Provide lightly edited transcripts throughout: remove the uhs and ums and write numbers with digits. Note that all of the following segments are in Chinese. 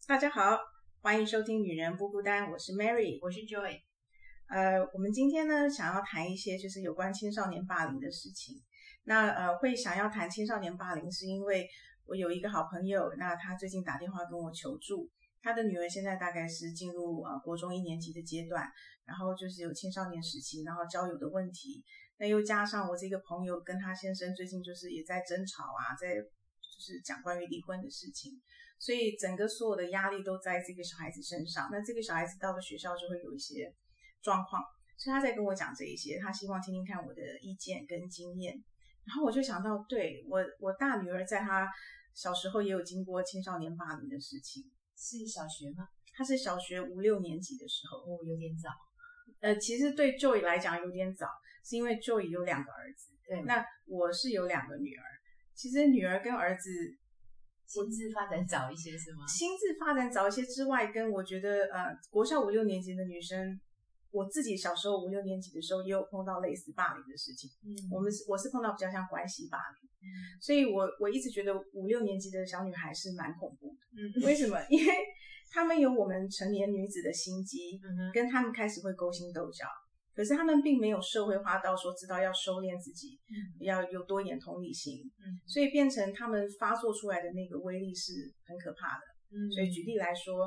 大家好，欢迎收听女人不孤单，我是 Mary， 我是 Joy。 我们今天呢想要谈一些就是有关青少年霸凌的事情。那会想要谈青少年霸凌，是因为我有一个好朋友，那他最近打电话跟我求助，他的女儿现在大概是进入国中1年级的阶段，然后就是有青少年时期，然后交友的问题，那又加上我这个朋友跟他先生最近就是也在争吵啊，在就是讲关于离婚的事情，所以整个所有的压力都在这个小孩子身上。那这个小孩子到了学校就会有一些状况，所以他在跟我讲这一些，他希望听听看我的意见跟经验。然后我就想到，对，我大女儿在她小时候也有经过青少年霸凌的事情。 是小学吗？ 她是小学5、6年级的时候。 有点早。 其实对 Joy 来讲有点早，是因为 Joy 有2个儿子， 对， 那我是有2个女儿。其实女儿跟儿子心智发展早一些是吗？ 心智发展早一些之外，跟我觉得国小5、6年级的女生，我自己小时候5、6年级的时候也有碰到类似霸凌的事情。我是碰到比较像关系霸凌，所以我一直觉得5、6年级的小女孩是蛮恐怖的。为什么？因为她们有我们成年女子的心机，跟她们开始会勾心斗角。可是他们并没有社会化到说知道要收敛自己，要有多一点同理心，所以变成他们发作出来的那个威力是很可怕的。所以举例来说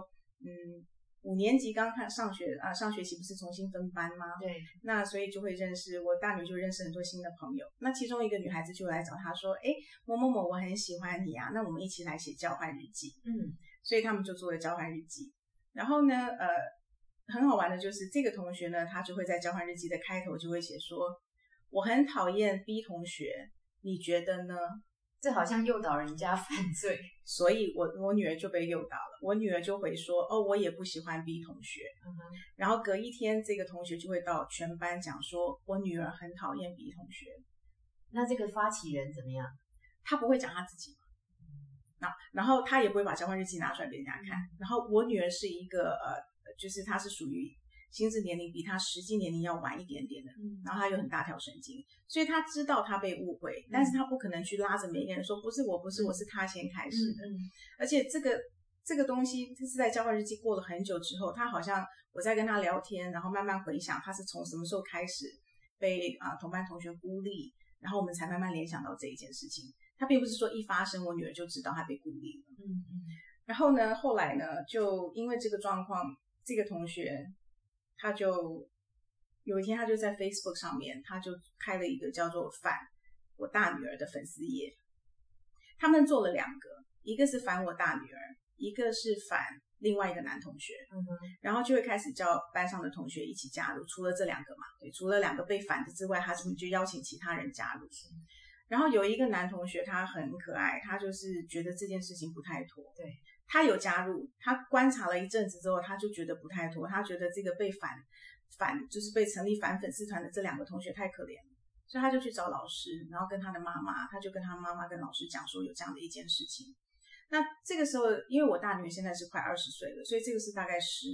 ，5年级刚看上学期不是重新分班吗？ 对， 那所以就会认识，我大女就认识很多新的朋友。那其中一个女孩子就来找她说，某某某我很喜欢你啊，那我们一起来写交换日记。所以他们就做了交换日记。然后呢很好玩的就是这个同学呢，他就会在交换日记的开头就会写说，我很讨厌 B 同学，你觉得呢？ 这好像诱导人家犯罪。 所以我女儿就被诱导了，我女儿就会说，我也不喜欢 B 同学。然后隔一天这个同学就会到全班讲说，我女儿很讨厌 B 同学。 那这个发起人怎么样？ 他不会讲他自己嘛，然后他也不会把交换日记拿出来给人家看。然后我女儿是一个就是她是属于心智年龄比她实际年龄要晚一点点的，然后她有很大条神经，所以她知道她被误会，但是她不可能去拉着每一个人说不是我，不是我，是她先开始的。而且这个东西是在交换日记过了很久之后，她好像我在跟她聊天，然后慢慢回想她是从什么时候开始被同班同学孤立，然后我们才慢慢联想到这一件事情。她并不是说一发生我女儿就知道她被孤立了。然后呢，后来呢，就因为这个状况，这个同学他就有一天他就在 Facebook 上面，他就开了一个叫做反我大女儿的粉丝页。他们做了2个，一个是反我大女儿，一个是反另外一个男同学。然后就会开始叫班上的同学一起加入，除了这2个嘛，对，除了2个被反的之外，他就邀请其他人加入。然后有一个男同学他很可爱，他就是觉得这件事情不太妥， 对， 他有加入，他观察了一阵子之后，他就觉得不太妥，他觉得这个被反就是被成立反粉丝团的这2个同学太可怜了，所以他就去找老师，然后跟他的妈妈，他就跟他妈妈跟老师讲说有这样的一件事情。那这个时候因为我大女儿现在是快20岁了，所以这个是大概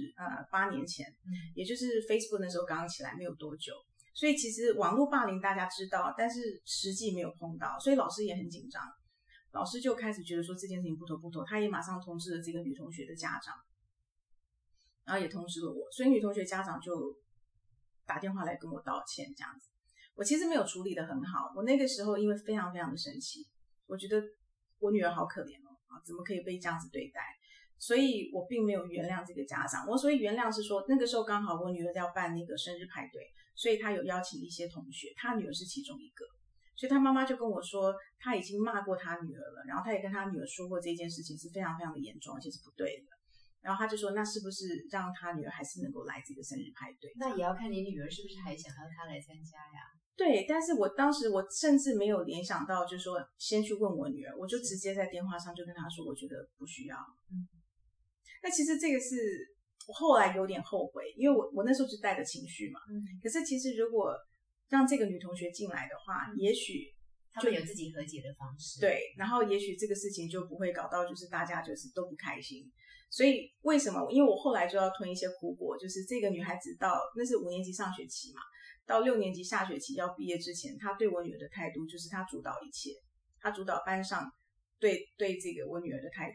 8年前，也就是 Facebook 那时候刚刚起来没有多久，所以其实网络霸凌大家知道，但是实际没有碰到，所以老师也很紧张。老师就开始觉得说这件事情不妥，他也马上通知了这个女同学的家长，然后也通知了我，所以女同学家长就打电话来跟我道歉这样子。我其实没有处理得很好，我那个时候因为非常非常的生气，我觉得我女儿好可怜怎么可以被这样子对待，所以我并没有原谅这个家长。我所以原谅是说那个时候刚好我女儿要办那个生日派对，所以她有邀请一些同学，她女儿是其中一个，所以她妈妈就跟我说她已经骂过她女儿了，然后她也跟她女儿说过这件事情是非常非常的严重，而且是不对的。然后她就说那是不是让她女儿还是能够来这个生日派对？ 那也要看你女儿是不是还想要她来参加呀。 对，但是我当时我甚至没有联想到就是说先去问我女儿，我就直接在电话上就跟她说我觉得不需要。那其实这个是我后来有点后悔，因为我那时候就带着情绪嘛。可是其实如果让这个女同学进来的话，也许他们有自己和解的方式。 对，然后也许这个事情就不会搞到就是大家就是都不开心。所以为什么？因为我后来就要吞一些苦果，就是这个女孩子到那是5年级上学期嘛，到6年级下学期要毕业之前，她对我女儿的态度就是她主导一切，她主导班上对这个我女儿的态度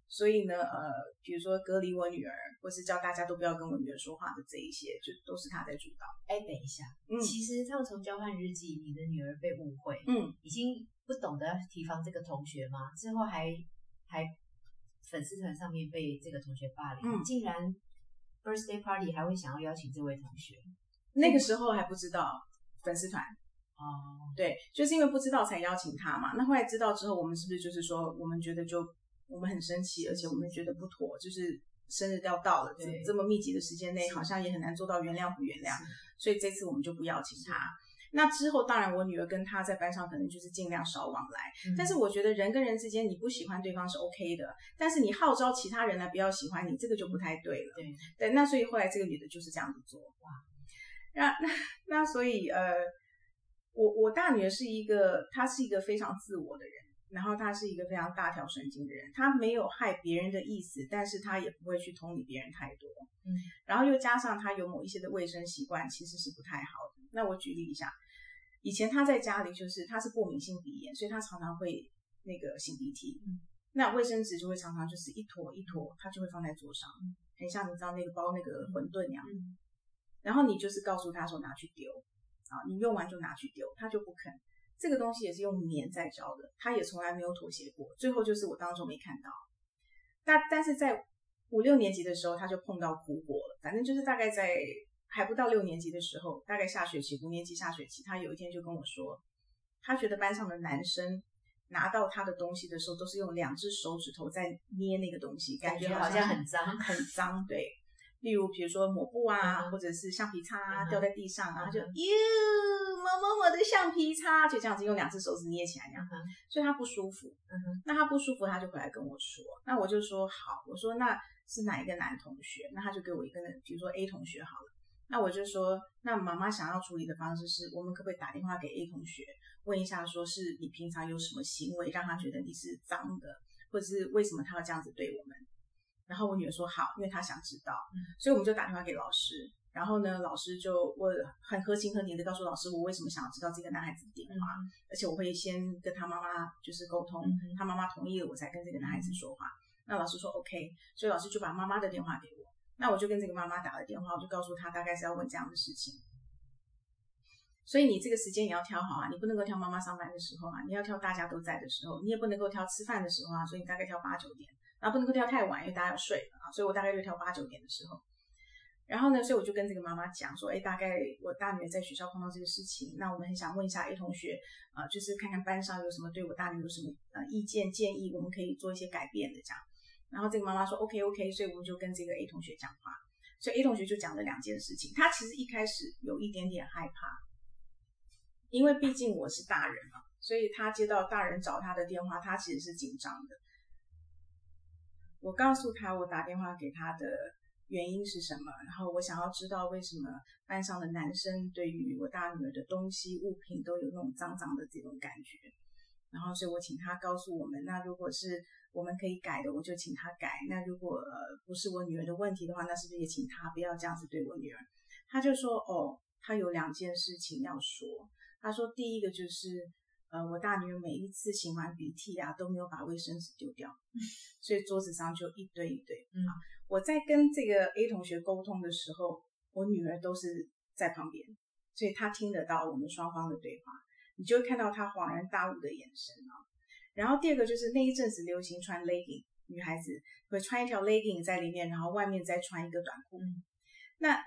所以呢，比如说隔离我女儿，或是叫大家都不要跟我女儿说话的这一些，就都是他在主导。 哎，等一下，其实《上从交换日记》，你的女儿被误会，已经不懂得提防这个同学吗？之后还粉丝团上面被这个同学霸凌，竟然 birthday party 还会想要邀请这位同学。 那个时候还不知道粉丝团。对，就是因为不知道才邀请他嘛。那后来知道之后，我们是不是就是说，我们觉得我们很生气，而且我们觉得不妥，就是生日要到了，这么密集的时间内，好像也很难做到原谅不原谅，所以这次我们就不邀请他。那之后，当然我女儿跟他在班上可能就是尽量少往来，但是我觉得人跟人之间，你不喜欢对方是 OK 的，但是你号召其他人来不要喜欢你，这个就不太对了。对，那所以后来这个女的就是这样子做。哇，那所以我大女儿她是一个非常自我的人，然后她是一个非常大条神经的人，她没有害别人的意思，但是她也不会去同理别人太多。然后又加上她有某一些的卫生习惯其实是不太好的。那我举例一下，以前她在家里就是她是过敏性鼻炎，所以她常常会那个擤鼻涕，那卫生纸就会常常就是一坨一坨，她就会放在桌上，很像你知道那个包那个馄饨一样。然后你就是告诉她说拿去丢你用完就拿去丢，她就不肯。这个东西也是用黏在教的，她也从来没有妥协过。最后就是我当中没看到，但是在5、6年级的时候，她就碰到苦果了。反正就是大概在还不到6年级的时候，大概下学期5年级下学期，她有一天就跟我说，她觉得班上的男生拿到她的东西的时候，都是用2只手指头在捏那个东西，感觉好像很脏， 很脏，对。例如比如说抹布或者是橡皮擦掉在地上就某某的橡皮擦，就这样子用2只手指捏起来所以他不舒服。那他不舒服，他就回来跟我说，那我就说好，我说那是哪一个男同学？那他就给我一个，比如说 A 同学好了。那我就说，那妈妈想要处理的方式是，我们可不可以打电话给 A 同学，问一下说是你平常有什么行为让他觉得你是脏的，或者是为什么他要这样子对我们？然后我女儿说好，因为她想知道，所以我们就打电话给老师。然后呢，老师我很合情合理的告诉老师，我为什么想要知道这个男孩子的电话，而且我会先跟他妈妈就是沟通，他妈妈同意了，我才跟这个男孩子说话。那老师说 OK， 所以老师就把妈妈的电话给我。那我就跟这个妈妈打了电话，我就告诉她大概是要问这样的事情。所以你这个时间也要挑好你不能够挑妈妈上班的时候你要挑大家都在的时候，你也不能够挑吃饭的时候所以你大概挑8、9点。然后不能够挑太晚，因为大家要睡了所以我大概就挑8、9点的时候。然后呢，所以我就跟这个妈妈讲说，大概我大女儿在学校碰到这个事情，那我们很想问一下 A 同学，就是看看班上有什么对我大女儿有什么意见建议，我们可以做一些改变的这样。然后这个妈妈说 OK， 所以我们就跟这个 A 同学讲话。所以 A 同学就讲了2件事情，他其实一开始有一点点害怕，因为毕竟我是大人嘛，所以他接到大人找他的电话，他其实是紧张的。我告诉他我打电话给他的原因是什么，然后我想要知道为什么班上的男生对于我大女儿的东西物品都有那种脏脏的这种感觉。然后所以我请他告诉我们，那如果是我们可以改的，我就请他改，那如果不是我女儿的问题的话，那是不是也请他不要这样子对我女儿。他就说他有2件事情要说。他说第一个就是我大女儿每一次擤完鼻涕都没有把卫生纸丢掉，所以桌子上就一堆一堆。我在跟这个 A 同学沟通的时候，我女儿都是在旁边，所以她听得到我们双方的对话，你就会看到她恍然大悟的眼神然后第二个就是那一阵子流行穿 legging， 女孩子会穿一条 legging 在里面，然后外面再穿一个短裤。那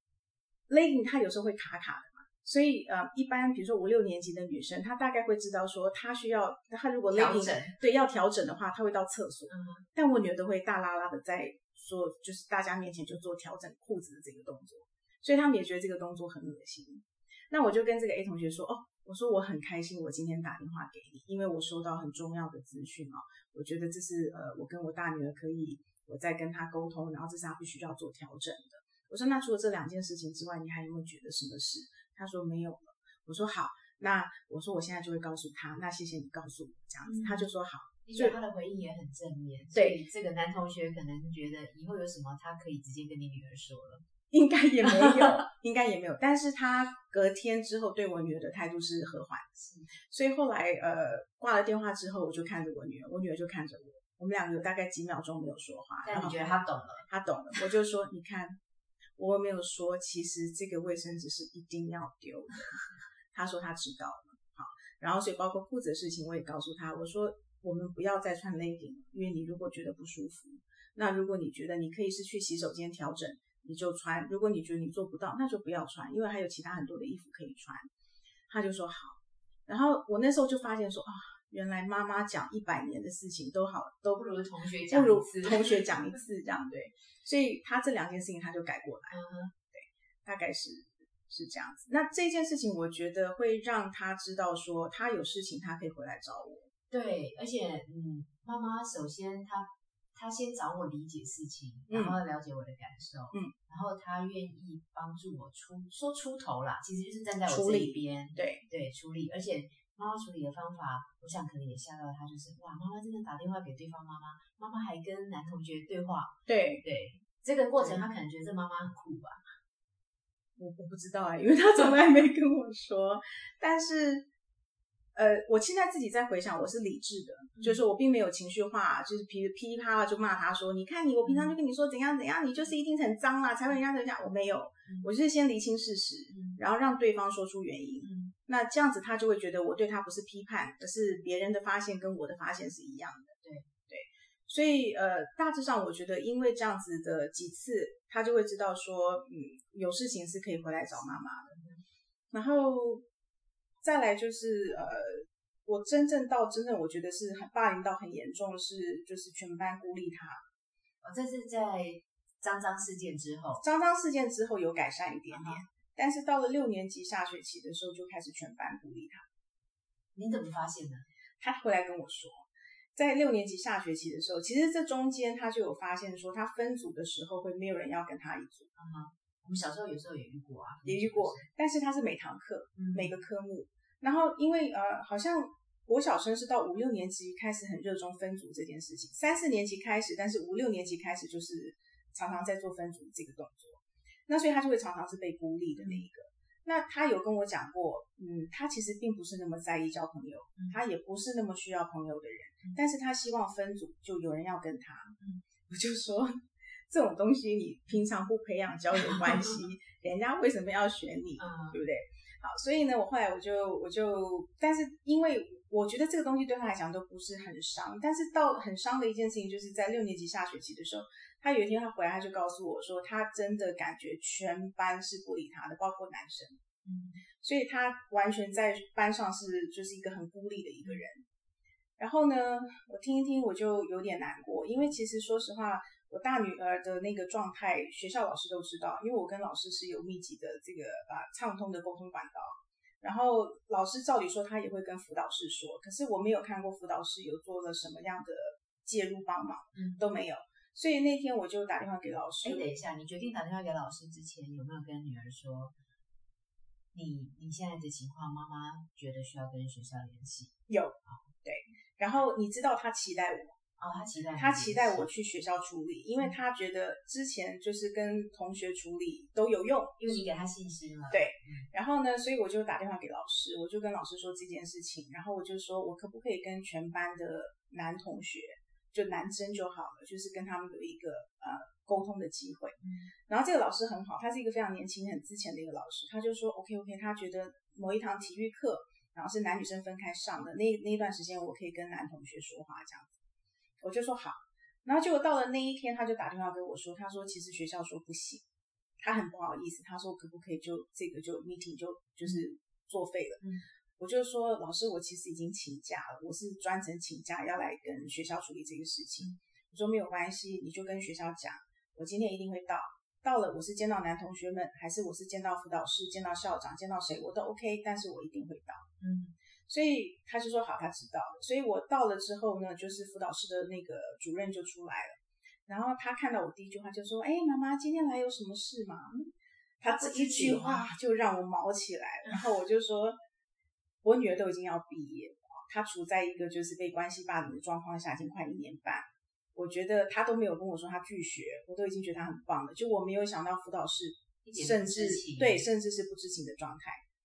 legging 它有时候会卡卡的。所以一般比如说5、6年级的女生，她大概会知道说她如果 legging 要调整的话，她会到厕所。但我女儿都会大拉拉的在说，就是大家面前就做调整裤子的这个动作，所以他们也觉得这个动作很恶心。那我就跟这个 A 同学说我说我很开心我今天打电话给你，因为我收到很重要的资讯我觉得这是我跟我大女儿可以我再跟她沟通，然后这是她必须要做调整的。我说那除了这2件事情之外，你还有没有觉得什么事？他说没有了。我说好，那我说我现在就会告诉他，那谢谢你告诉我这样子。他就说好。 所以他的回应也很正面。对，这个男同学可能觉得以后有什么他可以直接跟你女儿说了。 应该也没有应该也没有，但是他隔天之后对我女儿的态度是和缓。所以后来挂了电话之后，我就看着我女儿，我女儿就看着我我们两个有大概几秒钟没有说话。 但你觉得他懂了？ 他懂了。我就说，你看，我没有说，其实这个卫生纸是一定要丢的。他说他知道了。好，然后所以包括裤子的事情，我也告诉他，我说我们不要再穿 legging 了，因为你如果觉得不舒服，那如果你觉得你可以是去洗手间调整，你就穿；如果你觉得你做不到，那就不要穿，因为还有其他很多的衣服可以穿。他就说好。然后我那时候就发现说原来妈妈讲100年的事情都好，都不如同学讲一次这样。对，所以他这2件事情他就改过来。对，大概是这样子。那这件事情我觉得会让他知道说他有事情他可以回来找我。 对，而且妈妈首先他先找我理解事情，然后了解我的感受，然后他愿意帮助我出头啦，其实就是站在我这一边，对，处理。而且妈妈处理的方法，我想可能也吓到他，就是哇，妈妈真的打电话给对方妈妈还跟男同学对话，对，这个过程他可能觉得这妈妈很酷吧， 我不知道因为他从来没跟我说，但是我现在自己在回想，我是理智的，就是我并没有情绪化，就是噼里啪啦就骂他说，你看我平常就跟你说怎样怎样，你就是一定很脏啦，才会人家这样。我没有，我就是先厘清事实，然后让对方说出原因。那这样子他就会觉得我对他不是批判，而是别人的发现跟我的发现是一样的。对，所以大致上我觉得因为这样子的几次，他就会知道说，有事情是可以回来找妈妈的。然后再来就是我真正我觉得是很霸凌到很严重的是，就是全班孤立他。 这是在脏事件之后， 有改善一点点，但是到了6年级下学期的时候就开始全班孤立他。 你怎么发现的？ 他回来跟我说，在6年级下学期的时候，其实这中间他就有发现说，他分组的时候会没有人要跟他一组。 我们小时候有时候也遇过但是他是每堂课，每个科目。然后因为好像国小生是到5、6年级开始很热衷分组这件事情，3、4年级开始，但是5、6年级开始就是常常在做分组这个动作。那所以他就会常常是被孤立的那一个。那他有跟我讲过，他其实并不是那么在意交朋友，他也不是那么需要朋友的人，但是他希望分组就有人要跟他。我就说这种东西你平常不培养交友关系，人家为什么要选你，对不对？好，所以呢，我后来我就，但是因为我觉得这个东西对他来讲都不是很伤，但是到很伤的一件事情，就是在6年级下学期的时候，他有一天他回来，他就告诉我说，他真的感觉全班是不理他的，包括男生，所以他完全在班上就是一个很孤立的一个人。然后呢，我听一听我就有点难过，因为其实说实话，我大女儿的那个状态，学校老师都知道，因为我跟老师是有密集的这个畅通的沟通管道。然后老师照理说他也会跟辅导室说，可是我没有看过辅导室有做了什么样的介入帮忙，都没有。所以那天我就打电话给老师。 等一下，你决定打电话给老师之前，有没有跟女儿说，你现在的情况，妈妈觉得需要跟学校联系？ 有，对。然后你知道他期待我。他期待我去学校处理，因为他觉得之前就是跟同学处理都有用， 因为你给他信心了。 对，然后呢，所以我就打电话给老师，我就跟老师说这件事情，然后我就说我可不可以跟全班的男同学，就男生就好了，就是跟他们有一个沟通的机会。然后这个老师很好，他是一个非常年轻很资浅的一个老师，他就说 OK， 他觉得某一堂体育课，然后是男女生分开上的那一段时间，我可以跟男同学说话这样子。我就说好，然后结果到了那一天，他就打电话给我说，他说其实学校说不行，他很不好意思，他说可不可以就这个就 meeting 就是作废了。我就说老师，我其实已经请假了，我是专程请假要来跟学校处理这个事情。我说没有关系，你就跟学校讲，我今天一定会到了我是见到男同学们，还是我是见到辅导室、见到校长、见到谁我都 OK， 但是我一定会到。所以他就说好，他知道了。所以我到了之后呢，就是辅导室的那个主任就出来了，然后他看到我第一句话就说，妈妈今天来有什么事吗？他这一句话就让我毛起来了。然后我就说，我女儿都已经要毕业了，她处在一个就是被关系霸凌的状况下，已经快1年半。我觉得她都没有跟我说她拒学，我都已经觉得她很棒了。就我没有想到辅导室甚至是不知情的状态。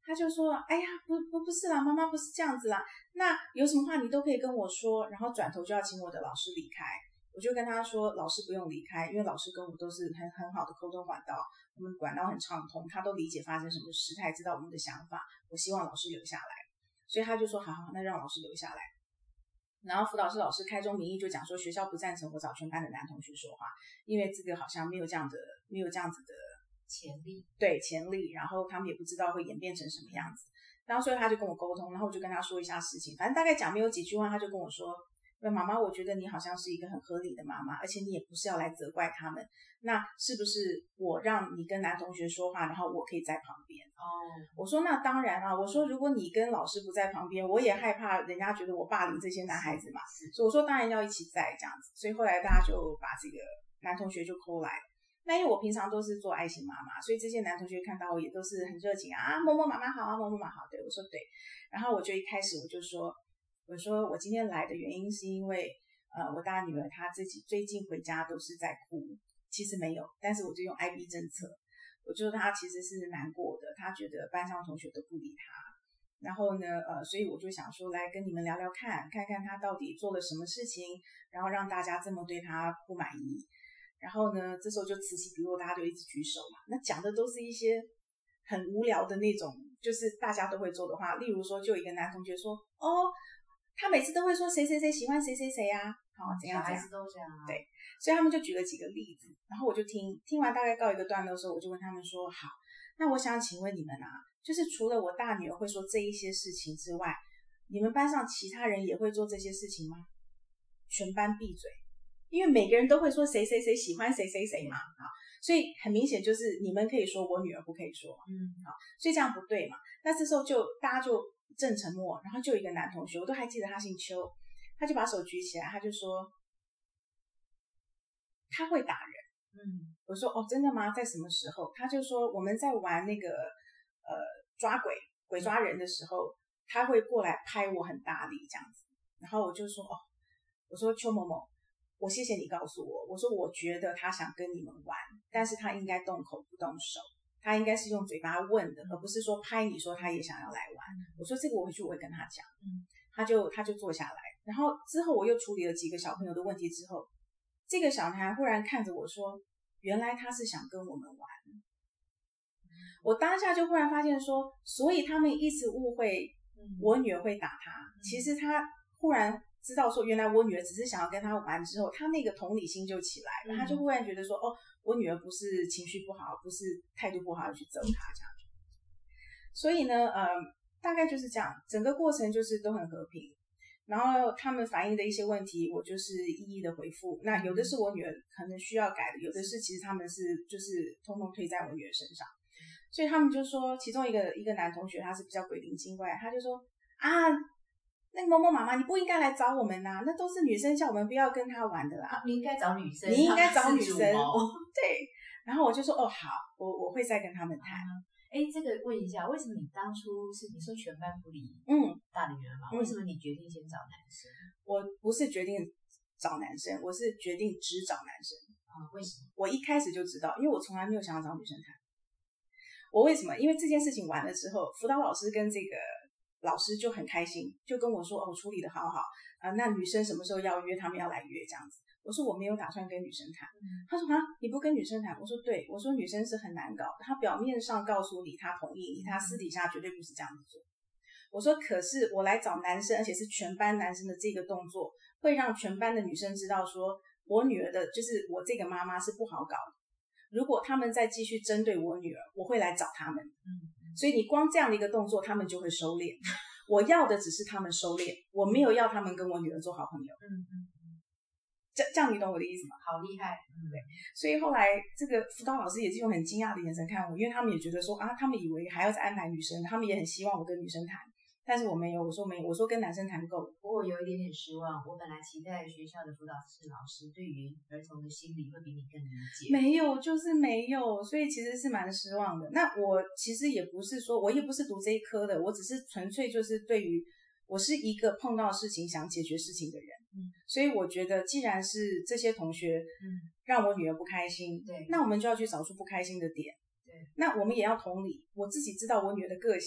他就说，哎呀，不是啦，妈妈不是这样子啦，那有什么话你都可以跟我说，然后转头就要请我的老师离开。我就跟他说，老师不用离开，因为老师跟我都是很好的沟通管道，我们管道很畅通，他都理解发生什么事，他也知道我们的想法，我希望老师留下来，所以他就说好，那让老师留下来。然后辅导室老师开宗明义就讲说，学校不赞成我找全班的男同学说话，因为这个好像没有这样子的潜力， 对，潜力，然后他们也不知道会演变成什么样子。然后所以他就跟我沟通，然后我就跟他说一下事情，反正大概讲没有几句话，他就跟我说，妈妈，我觉得你好像是一个很合理的妈妈，而且你也不是要来责怪他们，那是不是我让你跟男同学说话，然后我可以在旁边？我说那当然啊，我说如果你跟老师不在旁边，我也害怕人家觉得我霸凌这些男孩子嘛，所以我说当然要一起在这样子。所以后来大家就把这个男同学就call来了。那因为我平常都是做爱心妈妈，所以这些男同学看到我也都是很热情啊，某某妈妈好啊，某某妈妈好，对，我说对。然后我就一开始我就说，我今天来的原因是因为我大女儿她自己最近回家都是在哭，其实没有，但是我就用 IB 政策，我就说她其实是难过的，她觉得班上同学都不理她，然后呢所以我就想说来跟你们聊聊看看她到底做了什么事情，然后让大家这么对她不满意。然后呢这时候就此起彼落，大家就一直举手嘛，那讲的都是一些很无聊的那种，就是大家都会做的话，例如说就有一个男同学说，他每次都会说谁谁谁喜欢谁谁谁啊，怎样怎样， 小孩子都这样啊。 对，所以他们就举了几个例子，然后我就听完大概告一个段落的时候，我就问他们说，好，那我想请问你们啊，就是除了我大女儿会说这一些事情之外，你们班上其他人也会做这些事情吗？全班闭嘴，因为每个人都会说谁谁谁喜欢谁谁谁嘛，所以很明显就是你们可以说，我女儿不可以说，所以这样不对嘛。那这时候就大家就正沉默，然后就有一个男同学，我都还记得他姓邱，他就把手举起来，他就说他会打人。我说真的吗？在什么时候？他就说我们在玩那个抓鬼抓人的时候，他会过来拍我很大力这样子。然后我就说我说邱某某，我谢谢你告诉我，我说我觉得他想跟你们玩，但是他应该动口不动手，他应该是用嘴巴问的，而不是说拍你说他也想要来玩。我说这个我回去我会跟他讲。他就坐下来，然后之后我又处理了几个小朋友的问题之后，这个小男孩忽然看着我说，原来他是想跟我们玩。我当下就忽然发现说，所以他们一直误会我女儿会打他，其实他忽然知道说，原来我女儿只是想要跟他玩之后，他那个同理心就起来了，他就忽然觉得说，我女儿不是情绪不好，不是态度不好去揍他这样。所以呢大概就是这样，整个过程就是都很和平，然后他们反映的一些问题我就是一一的回复，那有的是我女儿可能需要改的，有的是其实他们是就是通通推在我女儿身上。所以他们就说，其中一个男同学他是比较鬼灵精怪，他就说啊，那个某某妈妈你不应该来找我们啊，那都是女生叫我们不要跟他玩的啦， 你应该找女生， 你应该找女生。对，然后我就说好，我会再跟他们谈。 这个问一下，为什么你当初是你说全班不理大女儿嘛？为什么你决定先找男生？ 我不是决定找男生，我是决定只找男生。 为什么？ 我一开始就知道，因为我从来没有想要找女生谈。我为什么？因为这件事情完了之后，辅导老师跟这个老师就很开心，就跟我说我处理的好好那女生什么时候要约，他们要来约这样子。我说我没有打算跟女生谈。他说你不跟女生谈？我说对，我说女生是很难搞的，她表面上告诉你她同意你，她私底下绝对不是这样子做。我说可是我来找男生，而且是全班男生的这个动作，会让全班的女生知道说我女儿的就是我这个妈妈是不好搞的，如果他们再继续针对我女儿，我会来找他们。所以你光这样的一个动作他们就会收敛，我要的只是他们收敛，我没有要他们跟我女儿做好朋友。这样你懂我的意思吗？ 好厉害。 对，所以后来这个辅导老师也是用很惊讶的眼神看我，因为他们也觉得说他们以为还要再安排女生，他们也很希望我跟女生谈，但是我没有，我说没有，我说跟男生谈够了。 不过有一点点失望，我本来期待学校的辅导室老师对于儿童的心理会比你更理解。 没有，就是没有，所以其实是蛮失望的。那我其实也不是说，我也不是读这一科的，我只是纯粹就是对于我是一个碰到事情想解决事情的人。所以我觉得既然是这些同学让我女儿不开心，那我们就要去找出不开心的点。那我们也要同理，我自己知道我女儿的个性，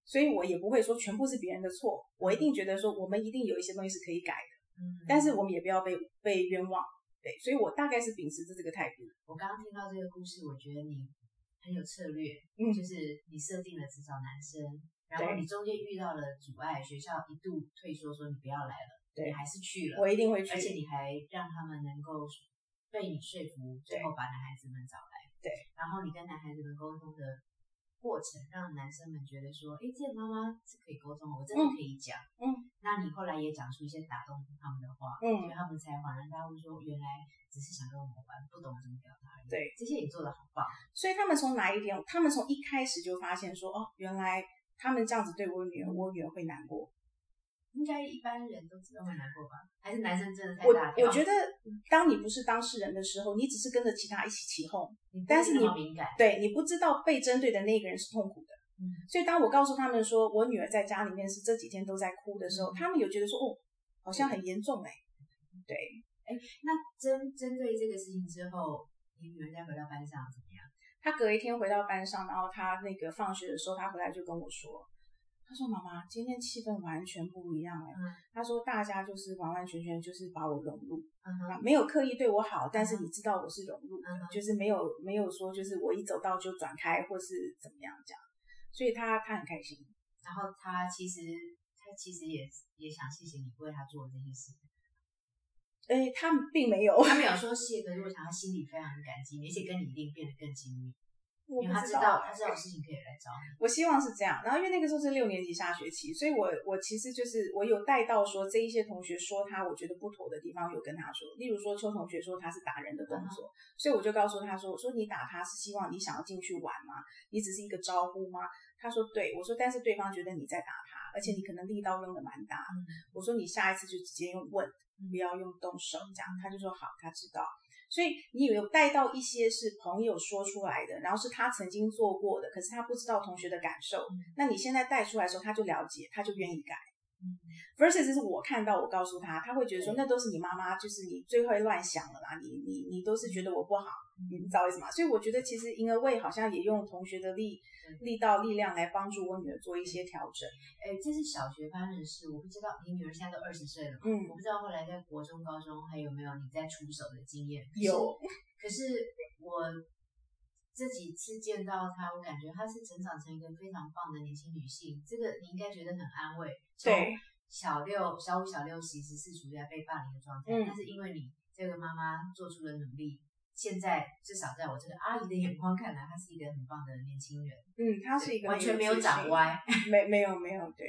所以我也不会说全部是别人的错，我一定觉得说我们一定有一些东西是可以改的，但是我们也不要被冤枉，对，所以我大概是秉持着这个态度。 我刚刚听到这个故事，我觉得你很有策略，就是你设定了只找男生，然后你中间遇到了阻碍，学校一度退缩说你不要来了，你还是去了， 我一定会去， 而且你还让他们能够被你说服，最后把男孩子们找来， 对， 然后你跟男孩子们沟通的过程，让男生们觉得说，这个妈妈是可以沟通，我真的可以讲，那你后来也讲出一些打动他们的话，所以他们才恍然大悟说，原来只是想跟我们玩，不懂怎么表达而已。 对， 这些你做得好棒。 所以他们从哪一点，他们从一开始就发现说，原来他们这样子对我女儿，我女儿会难过。 应该一般人都知道会难过吧？还是男生真的太大条？ 我觉得，当你不是当事人的时候，你只是跟着其他一起起哄，但是你敏感， 对你不知道被针对的那个人是痛苦的。所以当我告诉他们说我女儿在家里面是这几天都在哭的时候，他们有觉得说好像很严重对。 那针对这个事情之后，你女儿再回到班上怎么样？ 她隔一天回到班上，然后她那个放学的时候，她回来就跟我说。他说：“妈妈，今天气氛完全不一样他说大家就是完完全全就是把我融入，没有刻意对我好，但是你知道我是融入的，就是没有说就是我一走到就转开或是怎么样这样，所以他很开心。 然后他其实也想谢谢你为他做这些事。 他并没有， 他没有说谢，可是我想他心里非常感激，而且跟你一定变得更亲密。”因为他知道事情可以来找你， 我希望是这样。然后因为那个时候是6年级下学期，所以我其实就是我有带到说这一些同学说我觉得不妥的地方，有跟他说，例如说邱同学说他是打人的动作，所以我就告诉他说，我说你打他是希望你想要进去玩吗？你只是一个招呼吗？他说对，我说但是对方觉得你在打他，而且你可能力道用的蛮大的，我说你下一次就直接用问，不要用动手这样。他就说好，他知道。所以你有带到一些是朋友说出来的，然后是他曾经做过的，可是他不知道同学的感受，那你现在带出来的时候他就了解，他就愿意改。versus 是我看到我告诉他，他会觉得说那都是你妈妈，就是你最会乱想了啦，你都是觉得我不好，你知道为什么？所以我觉得其实in a way好像也用同学的力道力量来帮助我女儿做一些调整。 这是小学班的事，我不知道你女儿现在都20岁了嘛，我不知道后来在国中高中还有没有你在出手的经验。 有， 可是我这几次见到她，我感觉她是成长成一个非常棒的年轻女性，这个你应该觉得很安慰。 对， 小5、小6其实是处在被霸凌的状态，但是因为你这个妈妈做出了努力，现在至少在我这个阿姨的眼光看来，她是一个很棒的年轻人。 她是一个完全没有长歪， 没有，对，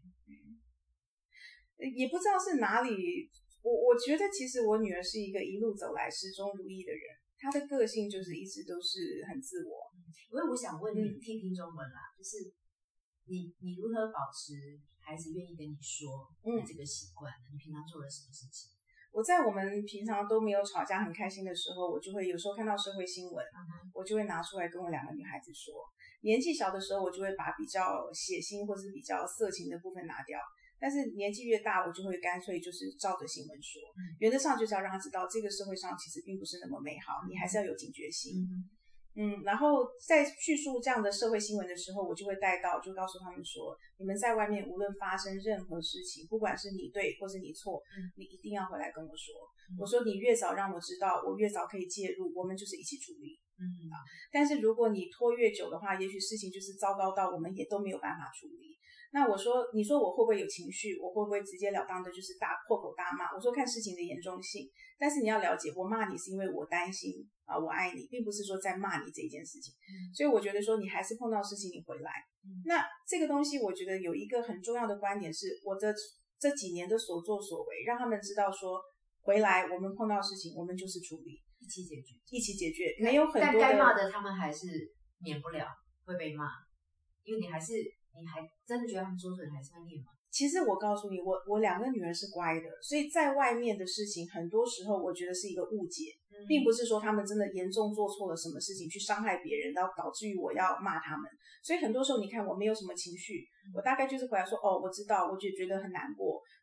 也不知道是哪里。我觉得其实我女儿是一个一路走来始终如一的人，她的个性就是一直都是很自我。 因为我想问你，听中文啦，就是你如何保持孩子愿意跟你说的这个习惯？你平常做了什么事情？ 我在我们平常都没有吵架很开心的时候，我就会有时候看到社会新闻，我就会拿出来跟我2个女孩子说。年纪小的时候，我就会把比较血腥或是比较色情的部分拿掉，但是年纪越大，我就会干脆就是照着新闻说。原则上就是要让他知道，这个社会上其实并不是那么美好，你还是要有警觉性。然后在叙述这样的社会新闻的时候，我就会带到，就告诉他们说，你们在外面无论发生任何事情，不管是你对或是你错，你一定要回来跟我说。我说你越早让我知道，我越早可以介入，我们就是一起处理。但是如果你拖越久的话，也许事情就是糟糕到我们也都没有办法处理。那我说，你说我会不会有情绪？我会不会直截了当的就是破口大骂？我说看事情的严重性，但是你要了解，我骂你是因为我担心我爱你，并不是说在骂你这件事情。所以我觉得说你还是碰到事情你回来。那这个东西我觉得有一个很重要的观点是，我的这几年的所作所为，让他们知道说，回来我们碰到事情我们就是处理， 一起解决， 没有很多的。 但该骂的他们还是免不了会被骂，因为你还真的觉得他们说出来还是会念吗？ 其实我告诉你，我2个女儿是乖的，所以在外面的事情很多时候我觉得是一个误解，并不是说他们真的严重做错了什么事情去伤害别人，然后导致于我要骂他们。所以很多时候你看我没有什么情绪，我大概就是回来说我知道，我就觉得很难过，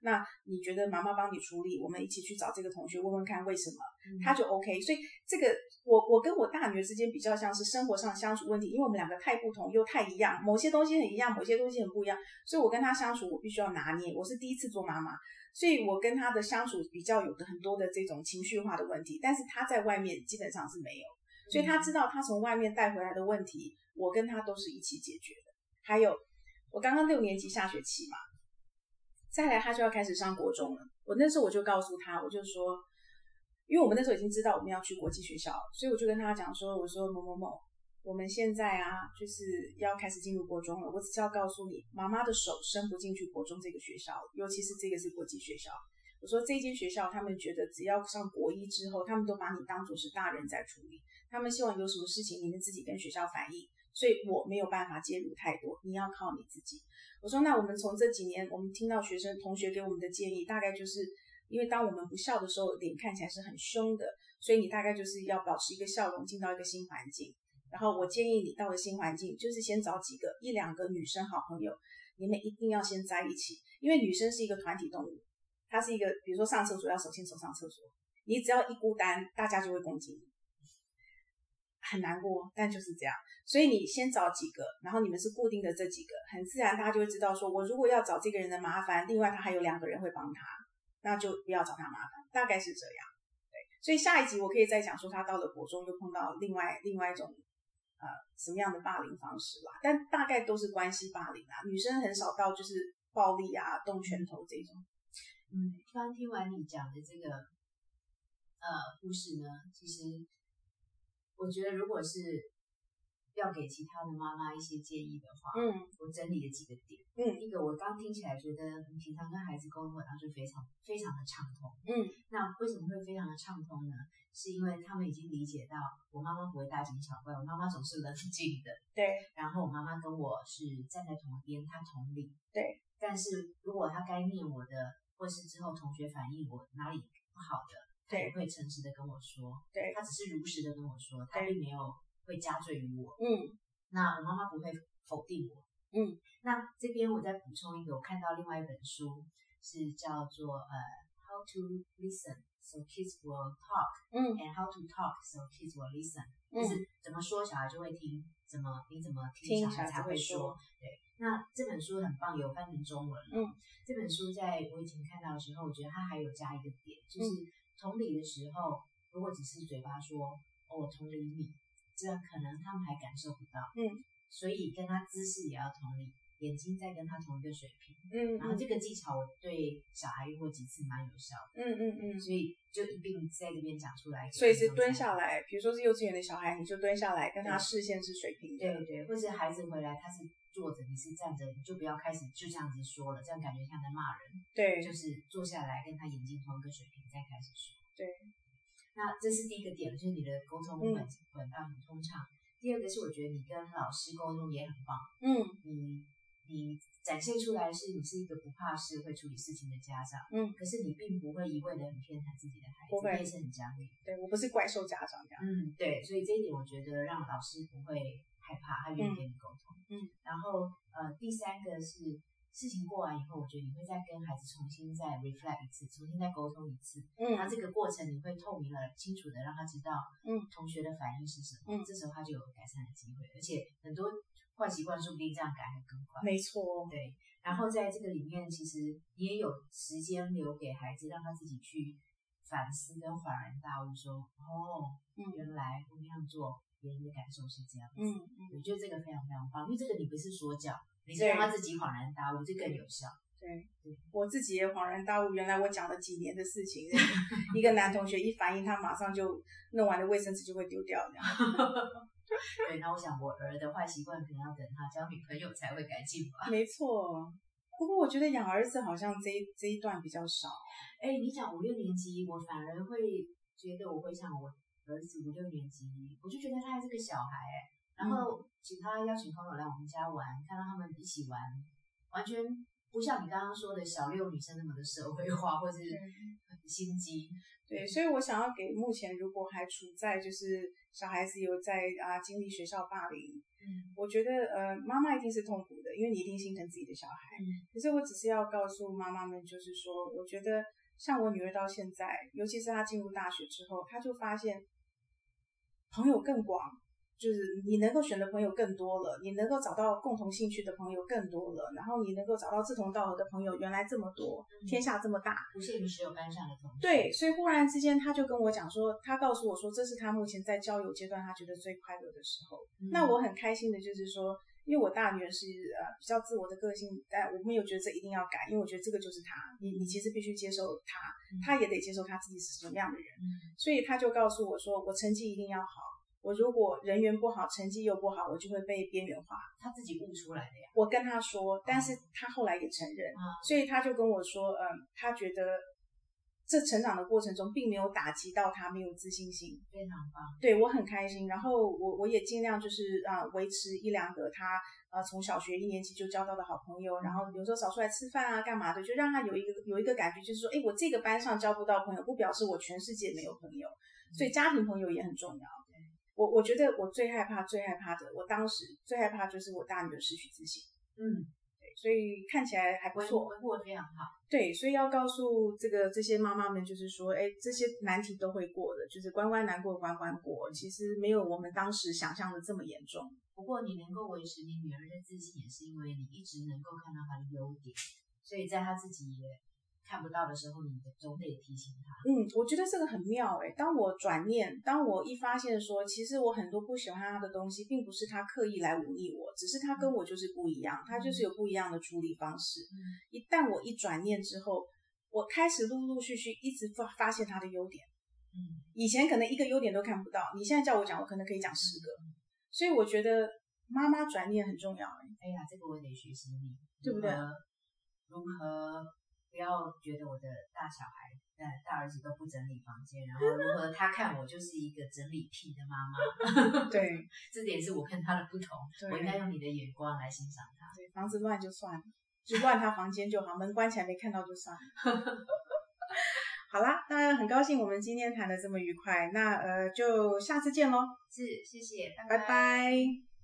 那你觉得妈妈帮你处理，我们一起去找这个同学问问看为什么，他就 OK。所以这个我跟我大女儿之间比较像是生活上相处问题，因为我们两个太不同又太一样，某些东西很一样，某些东西很不一样，所以我跟她相处我必须要拿捏。我是第一次做妈妈，所以我跟她的相处比较有很多的这种情绪化的问题，但是她在外面基本上是没有，所以她知道她从外面带回来的问题，我跟她都是一起解决的。还有我刚刚6年级下学期嘛，再来她就要开始上国中了。我那时候我就告诉她，我就说，因为我们那时候已经知道我们要去国际学校，所以我就跟她讲说，我说某某某，我们现在啊就是要开始进入国中了，我只是要告诉你，妈妈的手伸不进去国中这个学校，尤其是这个是国际学校。我说这间学校他们觉得只要上国一之后，他们都把你当作是大人在处理，他们希望有什么事情你们自己跟学校反映，所以我没有办法介入太多，你要靠你自己。我说那我们从这几年我们听到同学给我们的建议，大概就是因为当我们不笑的时候脸看起来是很凶的，所以你大概就是要保持一个笑容进到一个新环境。然后我建议你到了新环境就是先找一两个女生好朋友，你们一定要先在一起，因为女生是一个团体动物，它是一个比如说上厕所要手牵手上厕所，你只要一孤单大家就会攻击你，很难过，但就是这样。所以你先找几个，然后你们是固定的这几个，很自然大家就会知道说，我如果要找这个人的麻烦，另外他还有2个人会帮他，那就不要找他麻烦，大概是这样。对，所以下一集我可以再讲说他到了国中又碰到另外一种什么样的霸凌方式啦，但大概都是关系霸凌啊，女生很少到就是暴力啊动拳头这种。 刚刚听完你讲的这个故事呢，其实我觉得如果是要给其他的妈妈一些建议的话，我整理了几个点。第一个，我刚听起来觉得你平常跟孩子沟通然后就非常非常的畅通。那为什么会非常的畅通呢？是因为他们已经理解到我妈妈不会大惊小怪，我妈妈总是冷静的。 对。 然后我妈妈跟我是站在同边，她同理。 对。 但是如果她该念我的，或是之后同学反映我哪里不好的，她也会诚实的跟我说。 对。 她只是如实的跟我说，她并没有会加罪于我。那我妈妈不会否定我。那这边我再补充一个，我看到另外一本书是叫做How to Listen So Kids Will Talk and How to Talk So Kids Will Listen，就是怎么说小孩就会听，你怎么听小孩才会说。对，那这本书很棒，有翻成中文了。这本书在我以前看到的时候，我觉得它还有加一个点，就是同理的时候，如果只是嘴巴说我同理你，这样可能他们还感受不到。所以跟他姿势也要同理，眼睛在跟他同一个水平。然后这个技巧我对小孩用过几次，蛮有效的。所以就一并在这边讲出来。 所以是蹲下来，比如说是幼稚园的小孩，你就蹲下来，跟他视线是水平的。 对，或者孩子回来他是坐着，你是站着，你就不要开始就这样子说了，这样感觉像在骂人。 对， 就是坐下来跟他眼睛同一个水平再开始说。 对， 那这是第一个点，就是你的沟通很通畅。第二个是我觉得你跟老师沟通也很棒。你展现出来是你是一个不怕事会处理事情的家长。可是你并不会一味的很偏袒自己的孩子，你也是很讲理。 对，我不是怪兽家长这样。 对，所以这一点我觉得让老师不会害怕，他愿意跟你沟通。然后第三个是事情过完以后，我觉得你会再跟孩子重新再 reflect 一次，重新再沟通一次。那这个过程你会透明了、清楚的让他知道，同学的反应是什么。这时候他就有改善的机会，而且很多坏习惯说不定这样改还更快。 没错。 对。然后在这个里面，其实你也有时间留给孩子，让他自己去反思跟恍然大悟，说原来我那样做，别人的感受是这样子。我觉得这个非常非常棒，因为这个你不是说教。你是让他自己恍然大悟，这更有效。 对，我自己也恍然大悟，原来我讲了几年的事情，一个男同学一反应，他马上就弄完的卫生纸就会丢掉这样。 对，那我想我儿的坏习惯可能要等他交女朋友才会改进吧。 没错，不过我觉得养儿子好像这一段比较少。 你讲5、6年级，我反而会觉得我回想我儿子5、6年级，我就觉得他还是个小孩然后邀请朋友来我们家玩，看到他们一起玩，完全不像你刚刚说的小6女生那么的社会化或是心机。 对，所以我想要给目前如果还处在就是小孩子有在经历学校霸凌， 我觉得妈妈一定是痛苦的，因为你一定心疼自己的小孩。可是我只是要告诉妈妈们，就是说，我觉得像我女儿到现在，尤其是她进入大学之后，她就发现朋友更广。就是你能够选的朋友更多了，你能够找到共同兴趣的朋友更多了，然后你能够找到志同道合的朋友原来这么多，天下这么大， 不限于只有班上的同学。 对，所以忽然之间他就跟我讲说，他告诉我说这是他目前在交友阶段他觉得最快乐的时候。那我很开心的就是说，因为我大女儿是比较自我的个性，但我没有觉得这一定要改，因为我觉得这个就是他，你其实必须接受他也得接受他自己是什么样的人。所以他就告诉我说，我成绩一定要好。我如果人缘不好，成绩又不好，我就会被边缘化。 他自己悟出来的呀。 我跟他说，但是他后来也承认，所以他就跟我说，他觉得这成长的过程中并没有打击到他没有自信心， 非常棒。 对，我很开心。然后我也尽量就是维持一两个他从小学1年级就交到的好朋友，然后有时候少出来吃饭啊干嘛的，就让他有一个感觉，就是说，我这个班上交不到朋友，不表示我全世界没有朋友，所以家庭朋友也很重要。我觉得我最害怕的，我当时最害怕就是我大女儿失去自信。对，所以看起来还不错， 维护得非常好。 对，所以要告诉这些妈妈们，就是说，这些难题都会过的，就是关关难过关关过，其实没有我们当时想象的这么严重。 不过你能够维持你女儿的自信，也是因为你一直能够看到她的优点，所以在她自己也看不到的时候，你总得提醒他。 我觉得这个很妙当我转念，当我一发现说，其实我很多不喜欢他的东西，并不是他刻意来忤逆我，只是他跟我就是不一样，他就是有不一样的处理方式。一旦我一转念之后，我开始陆陆续续一直发现他的优点。以前可能一个优点都看不到，你现在叫我讲，我可能可以讲10个。所以我觉得妈妈转念很重要。 哎呀，这个我得学习你， 对不对？ 如何不要觉得我的大小孩、大儿子都不整理房间，然后如何他看我就是一个整理癖的妈妈。 对， 这点是我跟他的不同。我应该用你的眼光来欣赏他。 对，房子乱就算了，就乱他房间就好，门关起来没看到就算了。好啦，那很高兴我们今天谈得这么愉快，那就下次见咯。 是，谢谢， 拜拜。